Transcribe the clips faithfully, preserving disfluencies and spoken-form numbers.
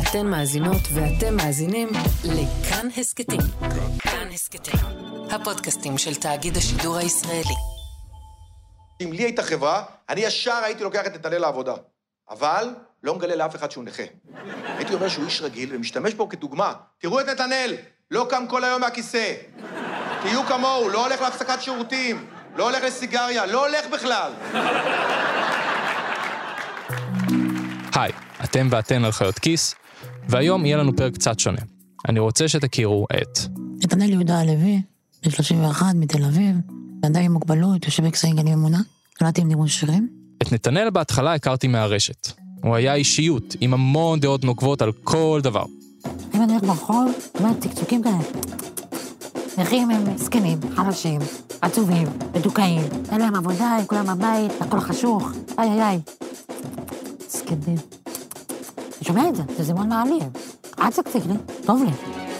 אתן מאזינות ואתם מאזינים לכאן הסקטים. כאן הסקטים, הפודקאסטים של תאגיד השידור הישראלי. אם לי הייתה חברה, אני ישר הייתי לוקח את נתנאל לעבודה. אבל לא מגלה לאף אחד שהוא נכה. הייתי אומר שהוא איש רגיל ומשתמש בו כדוגמה. תראו את נתנאל, לא קם כל היום מהכיסא. תהיו כמוהו, לא הולך להפסקת שירותים, לא הולך לסיגריה, לא הולך בכלל. היי, אתם ואתן על חיות כיס, והיום יהיה לנו פרק קצת שונה. אני רוצה שתכירו את... נתנאל יהודה הלוי, בן שלושים ואחת, מתל אביב, אדם עם מוגבלות, יושב בכיסא גלגלים אמונה, נולדתי עם ניוון שרירים. את נתנאל בהתחלה הכרתי מהרשת. הוא היה אישיות, עם המון דעות נוקבות על כל דבר. אם אני הולך ברחוב, מה צקצוקים כאלה? נכים הם סקנים, חלשים, עצובים, מדוכאים, אין להם עבודה, הם כולם בבית, הכל חשוך, איי איי איי. סקנים. אני שומע את זה, זה זימון מעליב. אל תצקציק לי, טוב לי.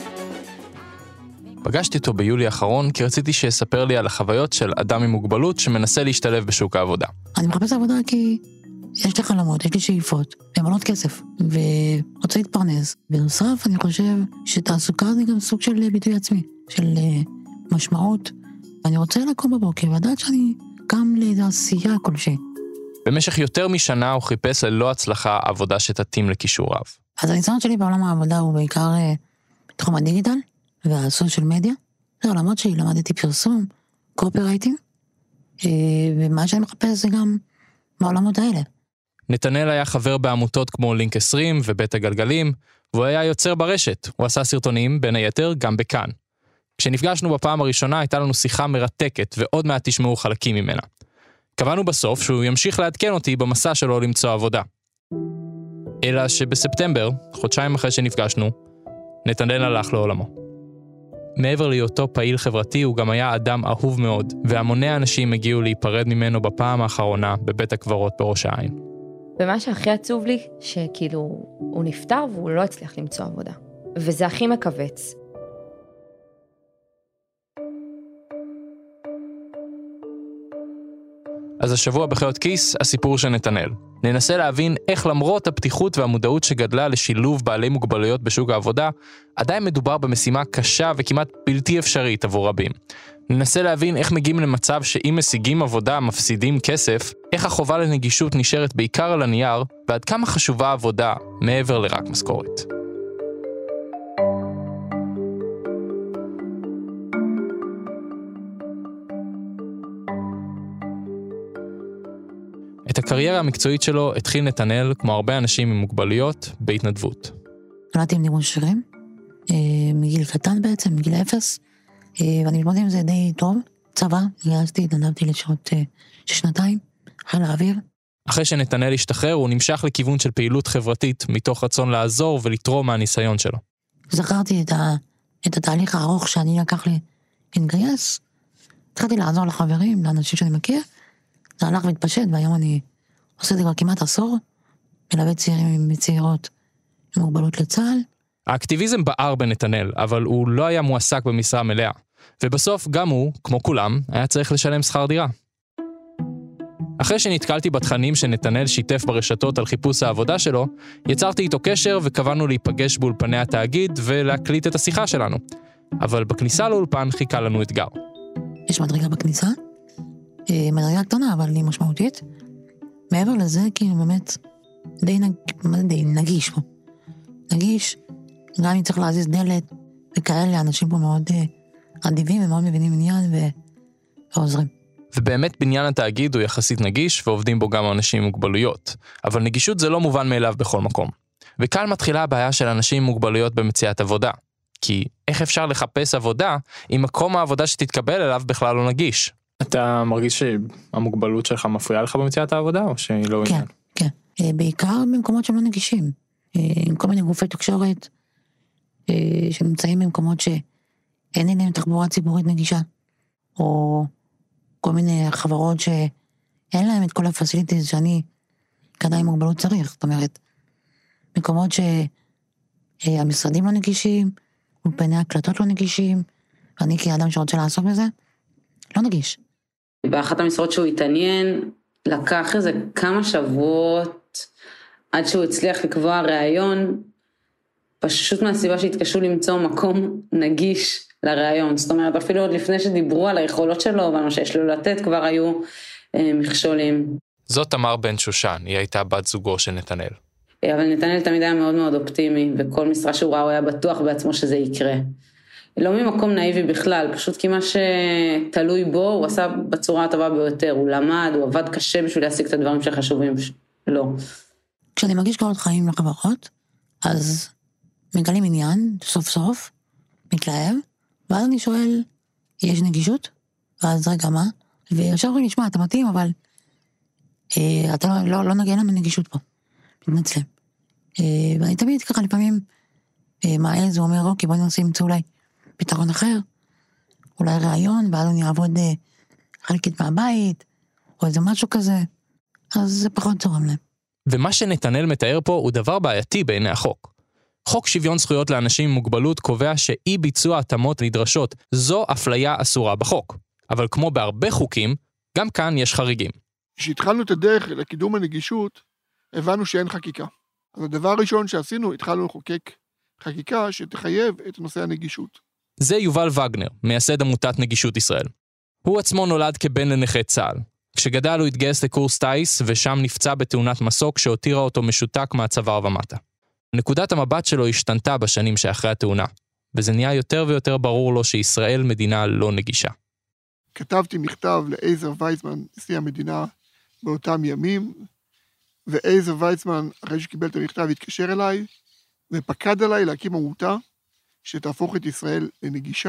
פגשתי אותו ביולי האחרון, כי רציתי שיספר לי על החוויות של אדם עם מוגבלות שמנסה להשתלב בשוק העבודה. אני מחפש עבודה כי יש לי חלומות, יש לי שאיפות, ומנות כסף, ורוצה להתפרנס. בנוסף, אני חושב שתעסוקה זה גם סוג של ביטוי עצמי, של משמעות. אני רוצה לקום בבוקר, ולדעת שאני קם לעשייה כלשהי. במשך יותר משנה הוא חיפש ללא הצלחה עבודה שתתאים לכישוריו. אז הניסיון שלי בעולם העבודה הוא בעיקר בתחום הדיגיטל והסושיאל מדיה. זה עולמות שלי, למדתי פרסום, קופרייטינג, ומה שאני מחפש זה גם בעולמות האלה. נתנאל היה חבר בעמותות כמו לינק עשרים ובית הגלגלים, והוא היה יוצר ברשת. הוא עשה סרטונים, בין היתר, גם בכאן. כשנפגשנו בפעם הראשונה, הייתה לנו שיחה מרתקת, ועוד מעט תשמעו חלקים ממנה. קבענו בסוף שהוא ימשיך לעדכן אותי במסע שלו למצוא עבודה. אלא שבספטמבר, חודשיים אחרי שנפגשנו, נתנאל הלך לעולמו. מעבר להיותו פעיל חברתי, הוא גם היה אדם אהוב מאוד, והמוני אנשים הגיעו להיפרד ממנו בפעם האחרונה בבית הקברות בראש העין. ומה שהכי עצוב לי, שכאילו הוא נפטר והוא לא הצליח למצוא עבודה. וזה הכי מקווץ. אז השבוע בחיות כיס, הסיפור של נתנאל. ננסה להבין איך למרות הפתיחות והמודעות שגדלה לשילוב בעלי מוגבלויות בשוק העבודה, עדיין מדובר במשימה קשה וכמעט בלתי אפשרית עבור רבים. ננסה להבין איך מגיעים למצב שאם משיגים עבודה מפסידים כסף, איך החובה לנגישות נשארת בעיקר על הנייר, ועד כמה חשובה עבודה מעבר לרק משכורת. את הקריירה המקצועית שלו התחיל נתנאל, כמו הרבה אנשים עם מוגבלויות, בהתנדבות. נולדתי עם ניוון שרירים, מגיל קטן בעצם, מגיל אפס, ואני מתמודד עם זה די טוב. צבא, גייסתי, התנדבתי לשעות שנתיים, חיל האוויר. אחרי שנתנאל השתחרר, הוא נמשך לכיוון של פעילות חברתית, מתוך רצון לעזור ולתרום מהניסיון שלו. זכרתי את, ה, את התהליך הארוך שאני לקח לי להתגייס, התחלתי לעזור לחברים, לאנשים שאני מכיר, זה הלך והתפשט, והיום אני עושה את זה כבר כמעט עשור, מלווה צעירים וצעירות עם מוגבלות לצה"ל. האקטיביזם בער בנתנאל, אבל הוא לא היה מועסק במשרה מלאה. ובסוף גם הוא, כמו כולם, היה צריך לשלם שכר דירה. אחרי שנתקלתי בתכנים שנתנאל שיתף ברשתות על חיפוש העבודה שלו, יצרתי איתו קשר וקבענו להיפגש באולפני התאגיד ולהקליט את השיחה שלנו. אבל בכניסה לאולפן חיכה לנו אתגר. יש מדרגה בכניסה, מדרגה קטנה, אבל היא משמעותית. מעבר לזה, כאילו באמת, די, נג... די נגיש פה. נגיש, גם אם צריך להזיז דלת, וכאלה, אנשים פה מאוד אדיבים ומאוד מבינים עניין ו... ועוזרים. ובאמת בניין התאגיד הוא יחסית נגיש, ועובדים בו גם אנשים עם מוגבלויות. אבל נגישות זה לא מובן מאליו בכל מקום. וכאן מתחילה הבעיה של אנשים עם מוגבלויות במציאת עבודה. כי איך אפשר לחפש עבודה, אם מקום העבודה שתתקבל אליו בכלל לא נגיש? אתה מרגיש שהמוגבלות שלך מפריעה לך במציאת העבודה, או שהיא לא... כן, כן. בעיקר במקומות שהם לא נגישים. עם כל מיני גופי תקשורת, שנמצאים במקומות שאין להם תחבורה ציבורית נגישה, או כל מיני חברות שאין להם את כל הפסיליטיז שאני כאדם עם מוגבלות צריך. זאת אומרת, מקומות שהמשרדים לא נגישים, אולפני הקלטות לא נגישים, ואני כאדם שרוצה לעסוק בזה, לא נגיש. באחת המשרות שהוא התעניין, לקח איזה כמה שבועות, עד שהוא הצליח לקבוע ראיון, פשוט מהסיבה שהתקשו למצוא מקום נגיש לרעיון. זאת אומרת, אפילו עוד לפני שדיברו על היכולות שלו, ועל מה שיש לו לתת, כבר היו אה, מכשולים. זאת תמר בן שושן, היא הייתה בת זוגו של נתנאל. אבל נתנאל תמיד היה מאוד מאוד אופטימי, וכל משרה שהוא ראה הוא היה בטוח בעצמו שזה יקרה. לא ממקום נאיבי בכלל, פשוט כי מה שתלוי בו, הוא עשה בצורה הטובה ביותר, הוא למד, הוא עבד קשה בשביל להשיג את הדברים שחשובים לו. כשאני מרגיש קורות חיים לחברות, אז מגלים עניין, סוף סוף, מתלהב, ואז אני שואל, יש נגישות? ואז רגע מה? וישר אומרים, נשמע, אתה מתאים, אבל אה, אתה לא, לא, לא נגיע להם נגישות פה. מתנצלים. אה, ואני תמיד ככה לפעמים אה, מעז, הוא אומר, אוקיי, בוא ננסה למצוא אולי פתרון אחר, אולי רעיון, ואז אני אעבוד אה, חלקית מהבית, או איזה משהו כזה, אז זה פחות צורם להם. ומה שנתנאל מתאר פה הוא דבר בעייתי בעיני החוק. חוק שוויון זכויות לאנשים עם מוגבלות קובע שאי ביצוע התאמות נדרשות, זו אפליה אסורה בחוק. אבל כמו בהרבה חוקים, גם כאן יש חריגים. כשהתחלנו את הדרך לקידום הנגישות, הבנו שאין חקיקה. אז הדבר הראשון שעשינו, התחלנו לחוקק חקיקה שתחייב את נושא הנגישות. זה יובל וגנר, מייסד עמותת נגישות ישראל. הוא עצמו נולד כבן לנכה צה"ל. כשגדל הוא התגייס לקורס טייס, ושם נפצע בתאונת מסוק שהותירה אותו משותק מהצוואר ומטה. נקודת המבט שלו השתנתה בשנים שאחרי התאונה, וזה נהיה יותר ויותר ברור לו שישראל מדינה לא נגישה. כתבתי מכתב לעזר ויצמן, נשיא המדינה, באותם ימים, ועזר ויצמן, אחרי שקיבל את המכתב, התקשר אליי, ופקד עליי להקים עמותה, שתהפוך את ישראל לנגישה,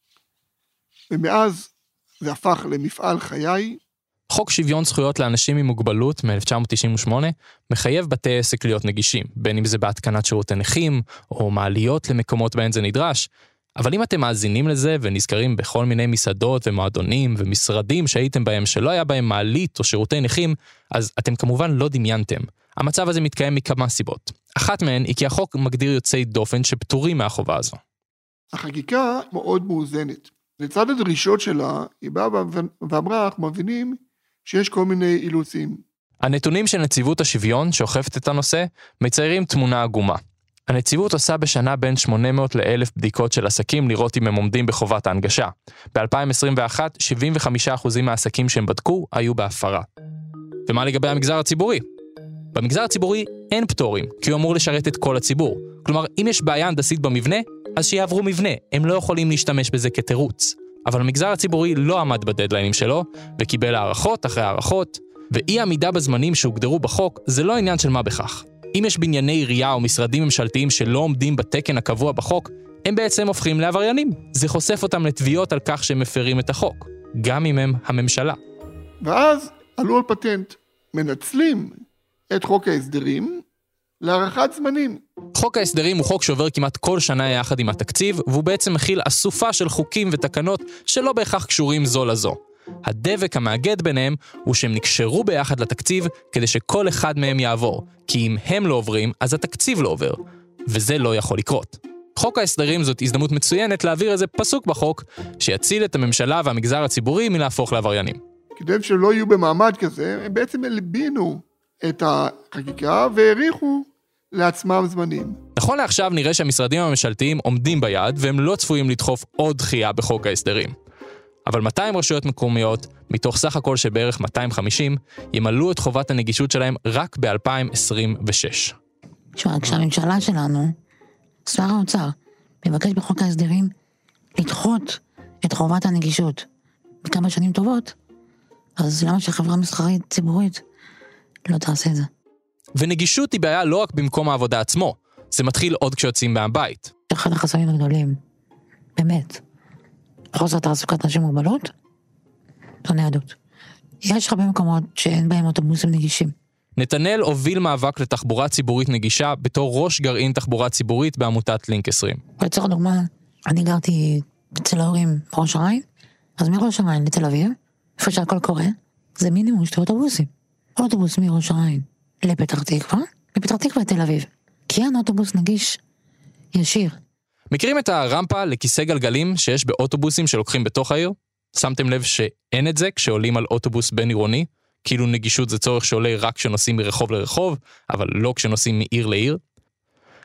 ומאז זה הפך למפעל חיי. חוק שוויון זכויות לאנשים עם מוגבלות מ-אלף תשע מאות תשעים ושמונה מחייב בתי עסק להיות נגישים, בין אם זה בהתקנת שירותי נכים, או מעליות למקומות בהן זה נדרש. אבל אם אתם מאזינים לזה ונזכרים בכל מיני מסעדות ומועדונים ומשרדים שהייתם בהם שלא היה בהם מעלית או שירותי נכים, אז אתם כמובן לא דמיינתם. המצב הזה מתקיים מכמה סיבות. אחת מהן היא כי החוק מגדיר יוצאי דופן שפטורים מהחובה הזו. החקיקה מאוד מאוזנת. לצד הדרישות שלה, היא באה ואמרה, אנחנו מבינים שיש כל מיני אילוצים. הנתונים של נציבות השוויון שאוכפת את הנושא מציירים תמונה עגומה. הנציבות עושה בשנה בין שמונה מאות ל-אלף בדיקות של עסקים לראות אם הם עומדים בחובת ההנגשה. ב-אלפיים עשרים ואחת, שבעים וחמישה אחוז מהעסקים שהם בדקו היו בהפרה. ומה לגבי המגזר הציבורי? במגזר הציבורי אין פטורים, כי הוא אמור לשרת את כל הציבור. כלומר, אם יש בעיה הנדסית במבנה, אז שיעברו מבנה, הם לא יכולים להשתמש בזה כתירוץ. אבל המגזר הציבורי לא עמד בדדליינים שלו, וקיבל הערכות אחרי הערכות, ואי עמידה בזמנים שהוגדרו בחוק, זה לא עניין של מה בכך. אם יש בנייני עירייה או משרדים ממשלתיים שלא עומדים בתקן הקבוע בחוק, הם בעצם הופכים לעבריינים. זה חושף אותם לתביעות על כך שהם מפרים את החוק, גם אם הם הממשלה. ואז עלו על פטנט, מנצלים את חוק ההסדרים להארכת זמנים. חוק ההסדרים הוא חוק שעובר כמעט כל שנה יחד עם התקציב, והוא בעצם מכיל אסופה של חוקים ותקנות שלא בהכרח קשורים זו לזו. הדבק המאגד ביניהם הוא שהם נקשרו ביחד לתקציב כדי שכל אחד מהם יעבור, כי אם הם לא עוברים, אז התקציב לא עובר, וזה לא יכול לקרות. חוק ההסדרים זאת הזדמנות מצוינת להעביר איזה פסוק בחוק שיציל את הממשלה והמגזר הציבורי מלהפוך לעבריינים. כדי שלא יהיו במעמד כזה, הם בעצם הלבינו את החקיקה והעריכו לעצמם זמנים. נכון לעכשיו נראה שהמשרדים הממשלתיים עומדים ביעד והם לא צפויים לדחוף עוד דחייה בחוק ההסדרים. אבל מאתיים רשויות מקומיות, מתוך סך הכל שבערך מאתיים וחמישים, ימלאו את חובת הנגישות שלהם רק ב-אלפיים עשרים ושש. תשמע, כשהממשלה שלנו, שר האוצר, מבקש בחוק ההסדרים לדחות את חובת הנגישות בכמה שנים טובות, אז למה שחברה מסחרית ציבורית לא תעשה את זה? ונגישות היא בעיה לא רק במקום העבודה עצמו, זה מתחיל עוד כשיוצאים מהבית. אחד החסמים הגדולים, באמת, חוסר תעסוקת אנשים עם מוגבלות, זו ניידות. יש הרבה מקומות שאין בהם אוטובוסים נגישים. נתנאל הוביל מאבק לתחבורה ציבורית נגישה בתור ראש גרעין תחבורה ציבורית בעמותת לינק עשרים. לצורך דוגמה, אני גרתי אצל ההורים בראש העין, אז מראש העין לתל אביב, איפה שהכל קורה, זה מינימום שתי אוטובוסים. אוטובוס מראש העין לפתח תקווה, לפתח תקווה לתל אביב. כי אין אוטובוס נגיש ישיר. מכירים את הרמפה לכיסא גלגלים שיש באוטובוסים שלוקחים בתוך העיר? שמתם לב שאין את זה כשעולים על אוטובוס בין עירוני? כאילו נגישות זה צורך שעולה רק כשנוסעים מרחוב לרחוב, אבל לא כשנוסעים מעיר לעיר?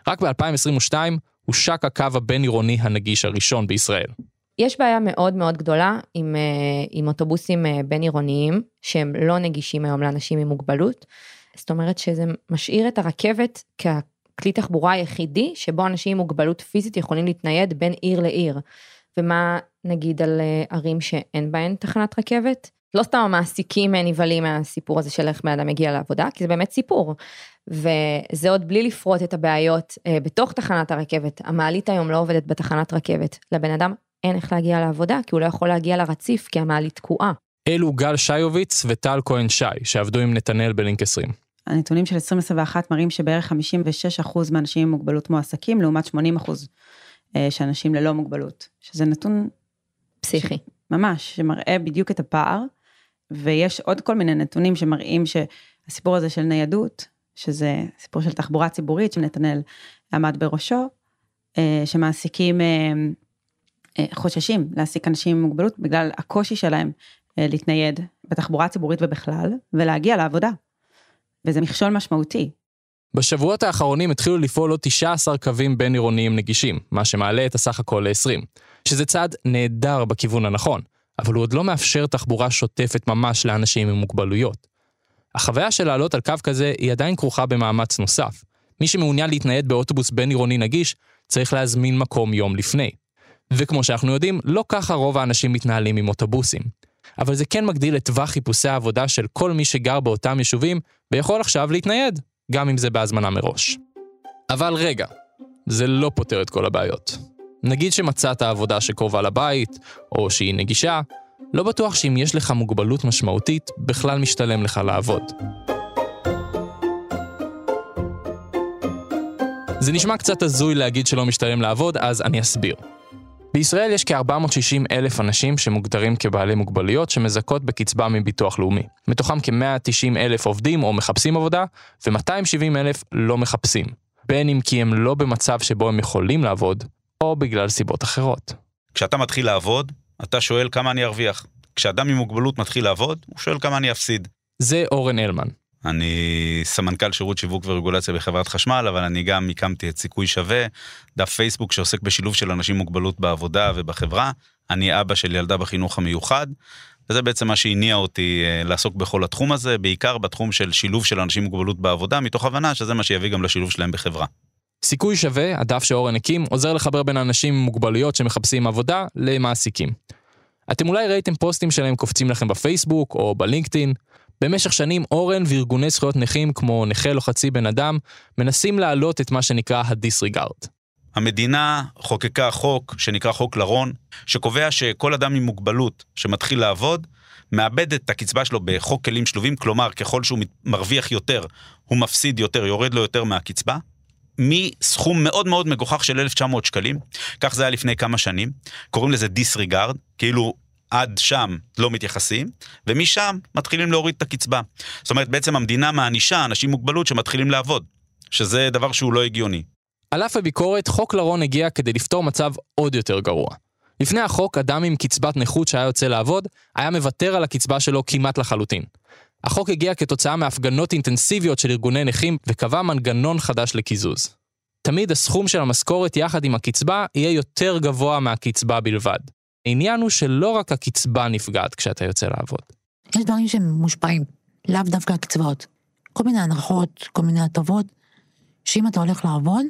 רק ב-אלפיים עשרים ושתיים הושק הקו הבין-עירוני הנגיש הראשון בישראל. יש בעיה מאוד מאוד גדולה עם, עם אוטובוסים בין-עירוניים, שהם לא נגישים היום לאנשים עם מוגבלות, זאת אומרת שזה משאיר את הרכבת ככלי תחבורה היחידי, שבו אנשים עם מוגבלות פיזית יכולים להתנייד בין עיר לעיר. ומה נגיד על ערים שאין בהן תחנת רכבת? לא סתם המעסיקים נבהלים מהסיפור הזה של איך בן אדם מגיע לעבודה, כי זה באמת סיפור. וזה עוד בלי לפרוט את הבעיות בתוך תחנת הרכבת. המעלית היום לא עובדת בתחנת רכבת. לבן אדם אין איך להגיע לעבודה, כי הוא לא יכול להגיע לרציף, כי המעלית תקועה. אלו גל שיוביץ וטל כהן שי, שעבדו עם נתנאל בלינק עשרים. הנתונים של עשרים עשרים ואחת מראים שבערך חמישים ושש אחוז מהאנשים עם מוגבלות מועסקים, לעומת שמונים אחוז שאנשים ללא מוגבלות, שזה נתון פסיכי. ש... ממש, שמראה בדיוק את הפער, ויש עוד כל מיני נתונים שמראים שהסיפור הזה של ניידות, שזה סיפור של תחבורה ציבורית, שנתנאל עמד בראשו, שמעסיקים חוששים להעסיק אנשים עם מוגבלות, בגלל הקושי שלהם להתנייד בתחבורה הציבורית ובכלל, ולהגיע לעבודה. וזה מכשול משמעותי. בשבועות האחרונים התחילו לפעול עוד תשעה עשר קווים בין עירוניים נגישים, מה שמעלה את הסך הכל ל-עשרים, שזה צעד נהדר בכיוון הנכון, אבל הוא עוד לא מאפשר תחבורה שוטפת ממש לאנשים עם מוגבלויות. החוויה של לעלות על קו כזה היא עדיין כרוכה במאמץ נוסף. מי שמעוניין להתנייד באוטובוס בין עירוני נגיש, צריך להזמין מקום יום לפני. וכמו שאנחנו יודעים, לא ככה רוב האנשים מתנהלים עם אוטובוסים. אבל זה כן מגדיל את טווח חיפושי העבודה של כל מי שגר באותם יישובים, ויכול עכשיו להתנייד, גם אם זה בהזמנה מראש. אבל רגע, זה לא פותר את כל הבעיות. נגיד שמצאת העבודה שקרובה לבית, או שהיא נגישה, לא בטוח שאם יש לך מוגבלות משמעותית, בכלל משתלם לך לעבוד. זה נשמע קצת הזוי להגיד שלא משתלם לעבוד, אז אני אסביר. בישראל יש כ-ארבע מאות ושישים אלף אנשים שמוגדרים כבעלי מוגבלויות שמזכות בקצבה מביטוח לאומי. מתוכם כ-מאה ותשעים אלף עובדים או מחפשים עבודה, ו-מאתיים ושבעים אלף לא מחפשים. בין אם כי הם לא במצב שבו הם יכולים לעבוד, או בגלל סיבות אחרות. כשאתה מתחיל לעבוד, אתה שואל כמה אני ארוויח. כשאדם עם מוגבלות מתחיל לעבוד, הוא שואל כמה אני אפסיד. זה אורן אלמן. אני סמנכ"ל שירות שיווק ורגולציה בחברת חשמל, אבל אני גם הקמתי את סיכוי שווה, דף פייסבוק שעוסק בשילוב של אנשים עם מוגבלות בעבודה ובחברה. אני אבא של ילדה בחינוך המיוחד, וזה בעצם מה שהניע אותי לעסוק בכל התחום הזה, בעיקר בתחום של שילוב של אנשים עם מוגבלות בעבודה, מתוך הבנה שזה מה שיביא גם לשילוב שלהם בחברה. סיכוי שווה, הדף שאורן הקים, עוזר לחבר בין אנשים עם מוגבלויות שמחפשים עבודה למעסיקים. אתם אולי ראיתם פוסטים שלהם קופצים לכם בפייסבוק או בלינקדאין. במשך שנים אורן וארגוני זכויות נכים כמו נכה לא חצי בן אדם מנסים להעלות את מה שנקרא הדיסריגארד. המדינה חוקקה חוק שנקרא חוק לרון, שקובע שכל אדם עם מוגבלות שמתחיל לעבוד, מאבד את הקצבה שלו בחוק כלים שלובים, כלומר ככל שהוא מרוויח יותר, הוא מפסיד יותר, יורד לו יותר מהקצבה, מסכום מאוד מאוד מגוחך של אלף תשע מאות שקלים, כך זה היה לפני כמה שנים, קוראים לזה דיסריגארד, כאילו עד שם לא מתייחסים, ומשם מתחילים להוריד את הקצבה. זאת אומרת, בעצם המדינה מענישה אנשים עם מוגבלות שמתחילים לעבוד, שזה דבר שהוא לא הגיוני. על אף הביקורת, חוק לרון הגיע כדי לפתור מצב עוד יותר גרוע. לפני החוק, אדם עם קצבת נכות שהיה יוצא לעבוד, היה מוותר על הקצבה שלו כמעט לחלוטין. החוק הגיע כתוצאה מהפגנות אינטנסיביות של ארגוני נכים, וקבע מנגנון חדש לקיזוז. תמיד הסכום של המשכורת יחד עם הקצבה יהיה יותר גבוה מהקצבה בלבד. העניין הוא שלא רק הקצבה נפגעת כשאתה יוצא לעבוד. יש דברים שהם מושפעים, לאו דווקא הקצבאות. כל מיני הנחות, כל מיני הטבות, שאם אתה הולך לעבוד,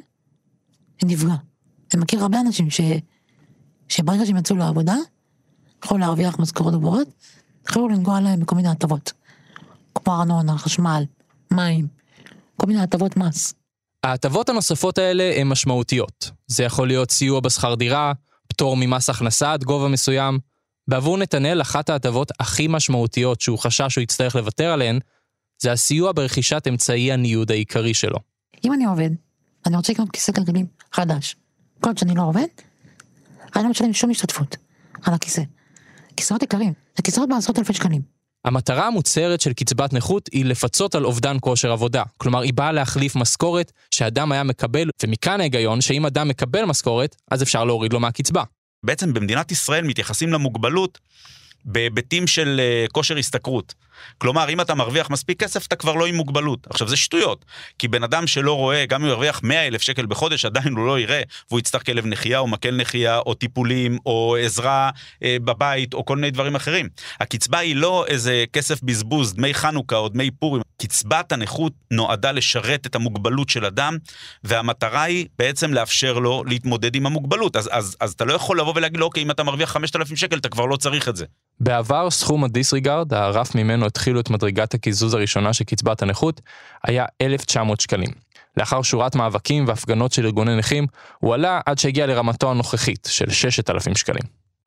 זה נפגע. אני מכיר הרבה אנשים ש... שברגע שהם יצאו לעבודה, יכולו להרוויח משכורות גבוהות, יכולו לנגוע להם בכל מיני הטבות. כמו ארנונה, חשמל, מים, כל מיני הטבות מס. ההטבות הנוספות האלה הן משמעותיות. זה יכול להיות סיוע בשכר דירה, פטור ממס הכנסה עד גובה מסוים. בעבור נתנאל, אחת ההטבות הכי משמעותיות שהוא חשש שהוא יצטרך לוותר עליהן, זה הסיוע ברכישת אמצעי הניוד העיקרי שלו. אם אני עובד, אני רוצה לקנות כיסא גלגלים חדש. כל עוד שאני לא עובד, אני לא משלם שום השתתפות על הכיסא. כיסאות יקרים, זה כיסאות בעשרות אלפי שקלים. המטרה המוצהרת של קצבת נכות היא לפצות על אובדן כושר עבודה. כלומר, היא באה להחליף משכורת שאדם היה מקבל, ומכאן ההיגיון שאם אדם מקבל משכורת, אז אפשר להוריד לו מהקצבה. בעצם במדינת ישראל מתייחסים למוגבלות בהיבטים של כושר השתכרות. כלומר, אם אתה מרוויח מספיק כסף, אתה כבר לא עם מוגבלות. עכשיו, זה שטויות, כי בן אדם שלא רואה, גם אם הוא ירוויח מאה אלף שקל בחודש, עדיין הוא לא יראה, והוא יצטרך כלב נחייה, או מקל נחייה, או טיפולים, או עזרה אה, בבית, או כל מיני דברים אחרים. הקצבה היא לא איזה כסף בזבוז, דמי חנוכה או דמי פורים. קצבת הנכות נועדה לשרת את המוגבלות של אדם, והמטרה היא בעצם לאפשר לו להתמודד עם המוגבלות. אז, אז, אז אתה לא יכול לבוא ולהגיד לו, אוקיי, אם אתה מרוויח חמשת אלפים שקל, אתה כבר לא צריך את זה. בעבר סכום הדיסריגרד, הרף ממנו התחילו את מדרגת הקיזוז הראשונה של קצבת הנכות, היה אלף תשע מאות שקלים. לאחר שורת מאבקים והפגנות של ארגוני נכים, הוא עלה עד שהגיע לרמתו הנוכחית של שישת אלפים שקלים.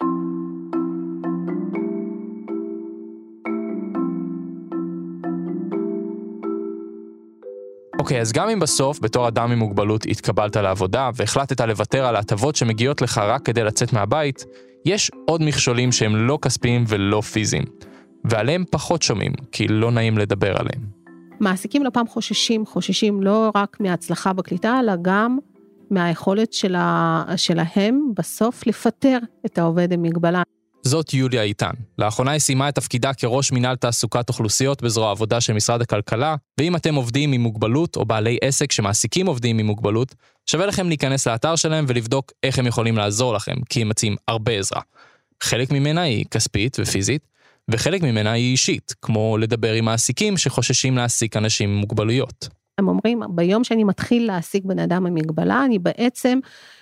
אוקיי, אז גם אם בסוף, בתור אדם עם מוגבלות, התקבלת לעבודה והחלטת לוותר על ההטבות שמגיעות לך רק כדי לצאת מהבית, יש עוד מכשולים שהם לא כספיים ולא פיזיים, ועליהם פחות שומעים, כי לא נעים לדבר עליהם. מעסיקים לא פעם חוששים, חוששים לא רק מההצלחה בקליטה, אלא גם מהיכולת שלה, שלהם בסוף לפטר את העובד עם מגבלה. זאת יוליה איתן. לאחרונה היא סיימה את תפקידה כראש מנהל תעסוקת אוכלוסיות בזרוע העבודה של משרד הכלכלה, ואם אתם עובדים עם מוגבלות או בעלי עסק שמעסיקים עובדים עם מוגבלות, שווה לכם להיכנס לאתר שלהם ולבדוק איך הם יכולים לעזור לכם, כי הם מציעים הרבה עזרה. חלק ממנה היא כספית ופיזית, וחלק ממנה היא אישית, כמו לדבר עם מעסיקים שחוששים להעסיק אנשים עם מוגבלויות. הם אומרים, ביום שאני מתחיל להעסיק בן אדם עם מגבלה, אני בעצם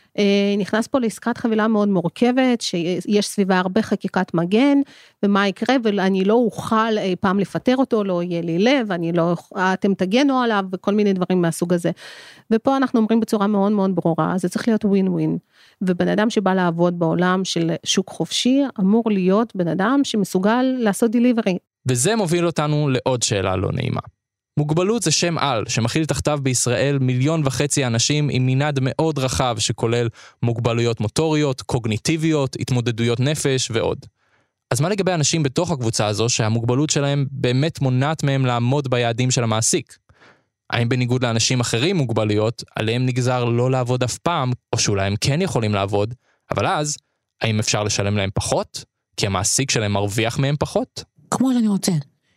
נכנס פה לעסקת חבילה מאוד מורכבת, שיש סביבה הרבה חקיקת מגן, ומה יקרה, ואני לא אוכל אי פעם לפטר אותו, לא יהיה לי לב, אני לא, אתם תגנו עליו, וכל מיני דברים מהסוג הזה. ופה אנחנו אומרים בצורה מאוד מאוד ברורה, זה צריך להיות ווין ווין, ובן אדם שבא לעבוד בעולם של שוק חופשי, אמור להיות בן אדם שמסוגל לעשות דיליברי. וזה מוביל אותנו לעוד שאלה לא נעימה. מוגבלות זה שם על שמכיל תחתיו בישראל מיליון וחצי אנשים עם מנעד מאוד רחב שכולל מוגבלויות מוטוריות, קוגניטיביות, התמודדויות נפש ועוד. אז מה לגבי אנשים בתוך הקבוצה הזו שהמוגבלות שלהם באמת מונעת מהם לעמוד ביעדים של המעסיק? האם בניגוד לאנשים אחרים מוגבלויות, עליהם נגזר לא לעבוד אף פעם, או שאולי הם כן יכולים לעבוד, אבל אז, האם אפשר לשלם להם פחות? כי המעסיק שלהם מרוויח מהם פחות? כמו שאני רוצה,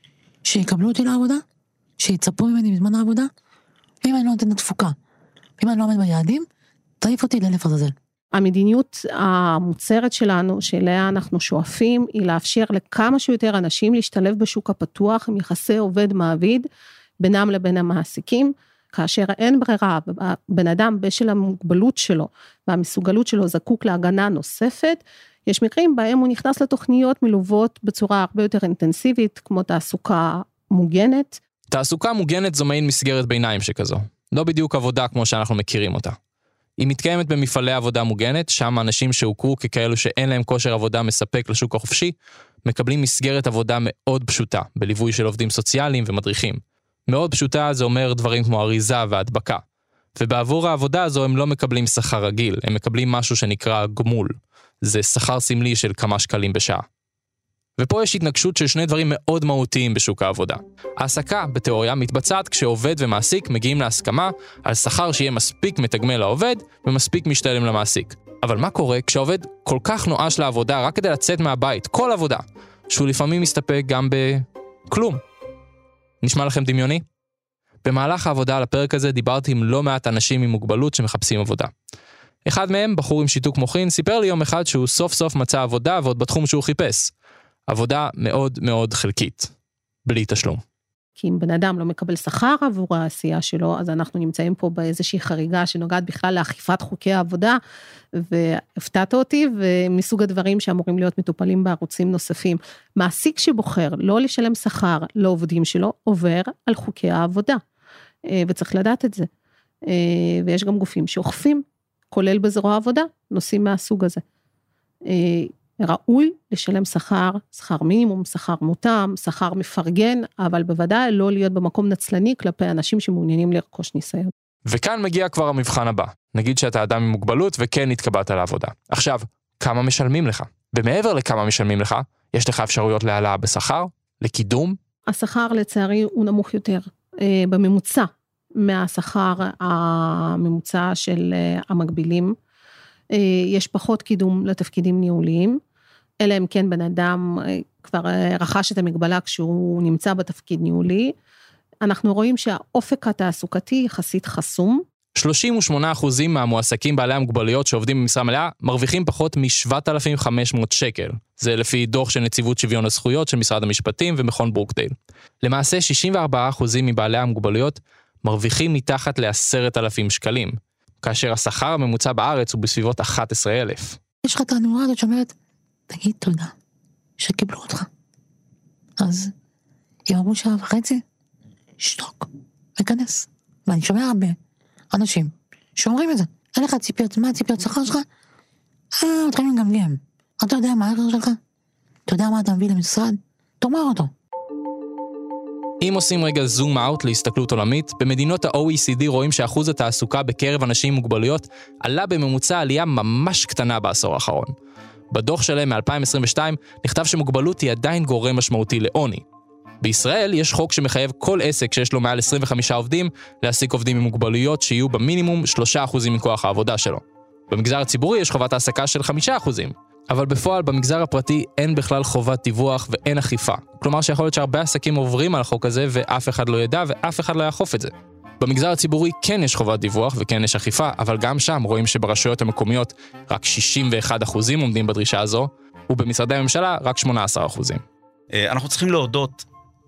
שיקבלו אותי לעבודה, שיצפו ממני בזמן העבודה, ואם אני לא נותנת תפוקה, ואם אני לא עומד ביעדים, תעיף אותי לאלף עזאזל. המדיניות המוצרת שלנו, שאליה אנחנו שואפים, היא לאפשר לכמה שיותר אנשים להשתלב בשוק הפתוח, עם יחסי עובד מעביד, בינם לבין המעסיקים, כאשר אין ברירה, בן אדם בשל המוגבלות שלו, והמסוגלות שלו זקוק להגנה נוספת, יש מקרים בהם הוא נכנס לתוכניות מלוות בצורה הרבה יותר אינטנסיבית, כמו תעסוקה מוגנת. תעסוקה מוגנת זו מעין מסגרת ביניים שכזו. לא בדיוק עבודה כמו שאנחנו מכירים אותה. היא מתקיימת במפעלי עבודה מוגנת, שם אנשים שהוכרו ככאלו שאין להם כושר עבודה מספק לשוק החופשי, מקבלים מסגרת עבודה מאוד פשוטה, בליווי של עובדים סוציאליים ומדריכים. מאוד פשוטה זה אומר דברים כמו אריזה והדבקה. ובעבור העבודה הזו הם לא מקבלים שכר רגיל, הם מקבלים משהו שנקרא גמול. זה שכר סמלי של כמה שקלים בשעה. ופה יש התנגשות של שני דברים מאוד מהותיים בשוק העבודה. העסקה בתיאוריה מתבצעת כשעובד ומעסיק מגיעים להסכמה על שכר שיהיה מספיק מתגמל לעובד ומספיק משתלם למעסיק. אבל מה קורה כשהעובד כל כך נואש לעבודה רק כדי לצאת מהבית, כל עבודה, שהוא לפעמים מסתפק גם בכלום? נשמע לכם דמיוני? במהלך העבודה על הפרק הזה דיברתי עם לא מעט אנשים עם מוגבלות שמחפשים עבודה. אחד מהם, בחור עם שיתוק מוחין, סיפר לי יום אחד שהוא סוף סוף מצא עבודה ועוד בתחום שהוא חיפש. עבודה מאוד מאוד חלקית, בלי תשלום. כי אם בן אדם לא מקבל שכר עבור העשייה שלו, אז אנחנו נמצאים פה באיזושהי חריגה שנוגעת בכלל לאכיפת חוקי העבודה, והפתעת אותי, ומסוג הדברים שאמורים להיות מטופלים בערוצים נוספים. מעסיק שבוחר לא לשלם שכר לעובדים שלו, עובר על חוקי העבודה, וצריך לדעת את זה. ויש גם גופים שאוכפים, כולל בזרוע העבודה, נושאים מהסוג הזה. ראוי לשלם שכר, שכר מינימום, שכר מותם, שכר מפרגן, אבל בוודאי לא להיות במקום נצלני כלפי אנשים שמעוניינים לרכוש ניסיון. וכאן מגיע כבר המבחן הבא. נגיד שאתה אדם עם מוגבלות וכן התקבלת לעבודה. עכשיו, כמה משלמים לך? ומעבר לכמה משלמים לך, יש לך אפשרויות להעלאה בשכר, לקידום? השכר לצערי הוא נמוך יותר, בממוצע, מהשכר הממוצע של המקבילים. יש פחות קידום לתפקידים ניהוליים, אלא אם כן בן אדם כבר רכש את המגבלה כשהוא נמצא בתפקיד ניהולי, אנחנו רואים שהאופק התעסוקתי יחסית חסום. שלושים ושמונה אחוז מהמועסקים בעלי המוגבלויות שעובדים במשרה מלאה, מרוויחים פחות מ-שבעת אלפים וחמש מאות שקל. זה לפי דוח של נציבות שוויון הזכויות של משרד המשפטים ומכון ברוקדייל. למעשה, שישים וארבעה אחוז מבעלי המוגבלויות מרוויחים מתחת ל-עשרת אלפים שקלים, כאשר השכר הממוצע בארץ הוא בסביבות אחת עשרה אלף. יש לך את הנורה הזאת שאומרת, תגיד תודה, שקיבלו אותך. אז אם אמרו שעה וחצי, שתוק, וכנס. ואני שומע הרבה אנשים שאומרים את זה, אין לך ציפיות, מה הציפיות שכר שלך? אה, מתחילים גם גם. אתה יודע מה הערך שלך? אתה יודע מה אתה מביא למשרד? תאמר אותו. אם עושים רגע זום אאוט להסתכלות עולמית, במדינות ה-או אי סי די רואים שאחוז התעסוקה בקרב אנשים עם מוגבלויות עלה בממוצע עלייה ממש קטנה בעשור האחרון. בדוח שלהם מ-אלפיים עשרים ושתיים נכתב שמוגבלות היא עדיין גורם משמעותי לעוני. בישראל יש חוק שמחייב כל עסק שיש לו מעל עשרים וחמישה עובדים להעסיק עובדים עם מוגבלויות שיהיו במינימום שלושה אחוזים מכוח העבודה שלו. במגזר הציבורי יש חובת העסקה של חמישה אחוזים, אבל בפועל במגזר הפרטי אין בכלל חובת דיווח ואין אכיפה. כלומר שיכול להיות שהרבה עסקים עוברים על החוק הזה ואף אחד לא ידע ואף אחד לא יאכוף את זה. במגזר הציבורי כן יש חובת דיווח וכן יש אכיפה, אבל גם שם רואים שברשויות המקומיות רק שישים ואחד אחוזים עומדים בדרישה הזו, ובמשרדי הממשלה רק שמונה עשרה אחוזים. אנחנו צריכים להודות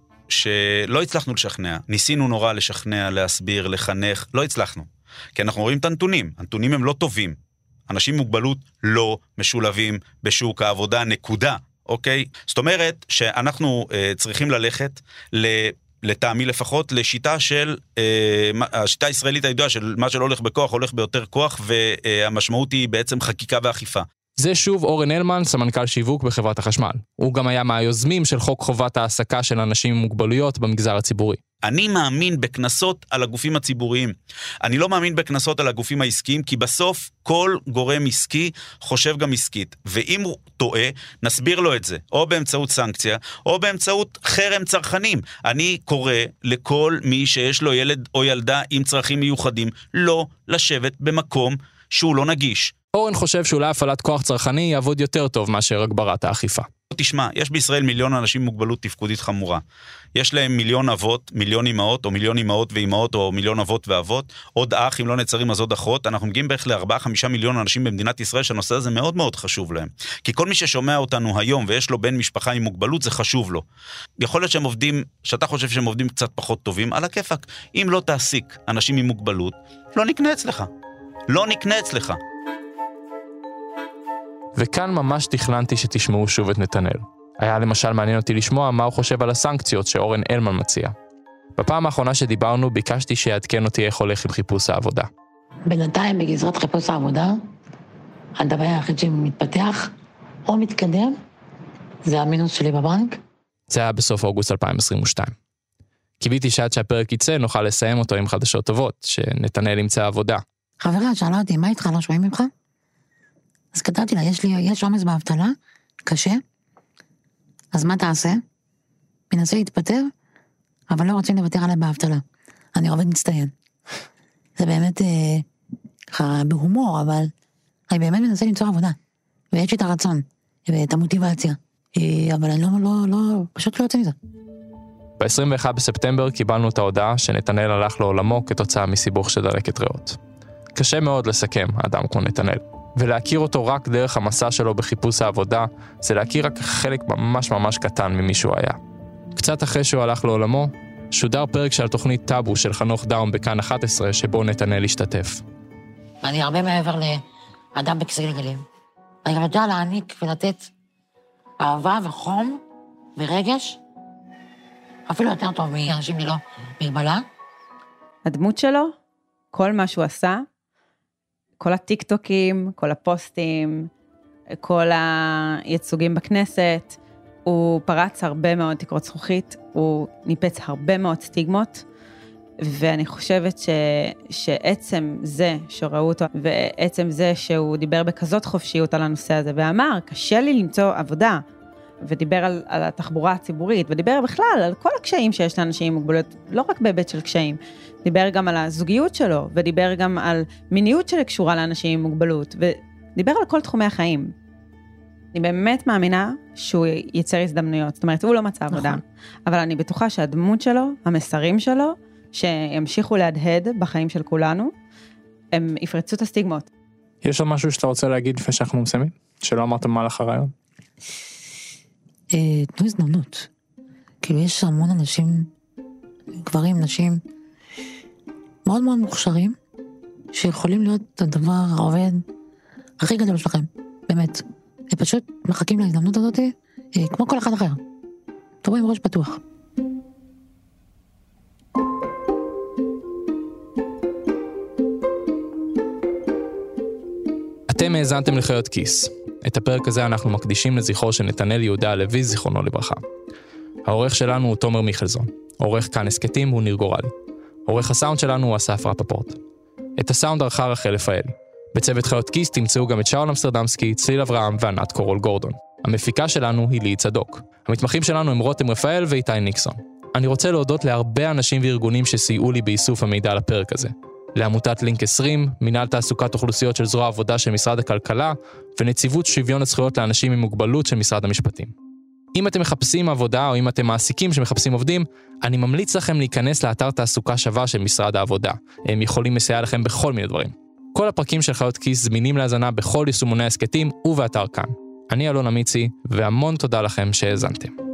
שלא הצלחנו לשכנע, ניסינו נורא לשכנע, להסביר, לחנך, לא הצלחנו. כי אנחנו רואים את הנתונים, הנתונים הם לא טובים. אנשים עם מוגבלות לא משולבים בשוק העבודה, נקודה, אוקיי? זאת אומרת שאנחנו אה, צריכים ללכת ל... לטעמי לפחות, לשיטה של, אה, השיטה הישראלית הידועה של מה שלא הולך בכוח, הולך ביותר כוח, והמשמעות היא בעצם חקיקה ואכיפה. זה שוב אורן הלמן, סמנכ"ל שיווק בחברת החשמל. הוא גם היה מהיוזמים של חוק חובת העסקה של אנשים עם מוגבלויות במגזר הציבורי. אני מאמין בכנסות על הגופים הציבוריים. אני לא מאמין בכנסות על הגופים העסקיים, כי בסוף כל גורם עסקי חושב גם עסקית. ואם הוא טועה, נסביר לו את זה, או באמצעות סנקציה, או באמצעות חרם צרכנים. אני קורא לכל מי שיש לו ילד או ילדה עם צרכים מיוחדים, לא לשבת במקום שהוא לא נגיש. אורן חושב שאולי הפעלת כוח צרכני יעבוד יותר טוב מאשר הגברת האכיפה. תשמע, יש בישראל מיליון אנשים עם מוגבלות תפקודית חמורה. יש להם מיליון אבות, מיליון אמהות, או מיליון אמהות ואמהות, או מיליון אבות ואבות, עוד אח, אם לא נצרים אז עוד אחות. אנחנו מגיעים בערך לארבעה, חמישה מיליון אנשים במדינת ישראל, שהנושא הזה מאוד מאוד חשוב להם. כי כל מי ששומע אותנו היום, ויש לו בן משפחה עם מוגבלות, זה חשוב לו. יכול להיות שהם עובדים, שאתה חושב שהם עובדים קצת פחות טובים, על הכיפק. אם לא תעסיק אנשים עם מוגבלות, לא נקנה אצלך. לא נקנה אצלך. וכאן ממש תכננתי שתשמעו שוב את נתנאל. היה למשל מעניין אותי לשמוע מה הוא חושב על הסנקציות שאורן הלמן מציע. בפעם האחרונה שדיברנו ביקשתי שיעדכן אותי איך הולך עם חיפוש העבודה. בינתיים בגזרת חיפוש העבודה, הדבר היחיד שמתפתח או מתקדם, זה המינוס שלי בבנק. זה היה בסוף אוגוסט אלפיים עשרים ושתיים. קיוויתי שעד שהפרק יצא נוכל לסיים אותו עם חדשות טובות, שנתנאל ימצא עבודה. חברה שאלה אותי, מה איתך, לא שומעים ממך? אז כתבתי לה, יש לי, יש עומס באבטלה, קשה, אז מה תעשה? מנסה להתפטר, אבל לא רוצים לוותר עליי באבטלה. אני עובד מצטיין. זה באמת אה, בהומור, אבל אני באמת מנסה למצוא עבודה. ויש לי את הרצון, ואת המוטיבציה. אה, אבל אני לא, לא, לא, פשוט לא יוצא מזה. ב-עשרים ואחד בספטמבר קיבלנו את ההודעה שנתנאל הלך לעולמו כתוצאה מסיבוך של דלקת ריאות. קשה מאוד לסכם אדם כמו נתנאל. ולהכיר אותו רק דרך המסע שלו בחיפוש העבודה, זה להכיר רק חלק ממש ממש קטן ממי שהוא היה. קצת אחרי שהוא הלך לעולמו, שודר פרק של תוכנית טאבו של חנוך דאום בכאן אחת עשרה, שבו נתנאל השתתף. אני הרבה מעבר לאדם בכיסא גלגלים. אני גם יודע להעניק ולתת אהבה וחום ורגש, אפילו יותר טוב מאנשים ללא מגבלה. הדמות שלו, כל מה שהוא עשה, כל הטיק-טוקים, כל הפוסטים, כל הייצוגים בכנסת, הוא פרץ הרבה מאוד תקרות זכוכית, הוא ניפץ הרבה מאוד סטיגמות, ואני חושבת ש, שעצם זה שראו אותו, ועצם זה שהוא דיבר בכזאת חופשיות על הנושא הזה, ואמר, קשה לי למצוא עבודה, ודיבר על, על התחבורה הציבורית, ודיבר בכלל על כל הקשיים שיש לאנשים עם מוגבלות, לא רק בהיבט של קשיים, דיבר גם על הזוגיות שלו, ודיבר גם על מיניות שקשורה לאנשים עם מוגבלות, ודיבר על כל תחומי החיים. אני באמת מאמינה שהוא ייצר הזדמנויות, זאת אומרת, הוא לא מצא עבודה, נכון. אבל אני בטוחה שהדמות שלו, המסרים שלו, שימשיכו להדהד בחיים של כולנו, הם יפרצו את הסטיגמות. יש עוד משהו שאתה רוצה להגיד לפני שאנחנו מסיימים? שלא אמרתם מהלך הרעיון? תנו הזדמנות. כאילו יש המון אנשים, גברים, נשים, מאוד מאוד מוכשרים, שיכולים להיות הדבר העובד הכי גדול שלכם, באמת. הם פשוט מחכים להזדמנות הזאת, כמו כל אחד אחר. תראו עם ראש פתוח. אתם האזנתם לחיות כיס. את הפרק הזה אנחנו מקדישים לזכרו של נתנאל יהודה הלוי, זיכרונו לברכה. העורך שלנו הוא תומר מיכלזון. עורך כאן הסקטים הוא ניר גורלי. עורך הסאונד שלנו הוא אסף רפפורט. את הסאונד ערכה רחל רפאלי. בצוות חיות כיס תמצאו גם את שאול אמסטרדמסקי, צליל אברהם וענת קורול גורדון. המפיקה שלנו היא ליהי צדוק. המתמחים שלנו הם רותם רפאל ואיתי ניקסון. אני רוצה להודות להרבה אנשים וארגונים שסייעו לי באיסוף המידע לפרק הזה. לעמותת לינק עשרים, מנהל תעסוקת אוכלוסיות של זרוע עבודה של משרד הכלכלה, ונציבות שוויון הזכויות לאנשים עם מוגבלות של משרד המשפטים. אם אתם מחפשים עבודה או אם אתם מעסיקים שמחפשים עובדים, אני ממליץ לכם להיכנס לאתר תעסוקה שווה של משרד העבודה. הם יכולים לסייע לכם בכל מיני דברים. כל הפרקים של חיות כיס זמינים להזנה בכל יישומוני הסקטים ובאתר כאן. אני אלון אמיצי, והמון תודה לכם שהאזנתם.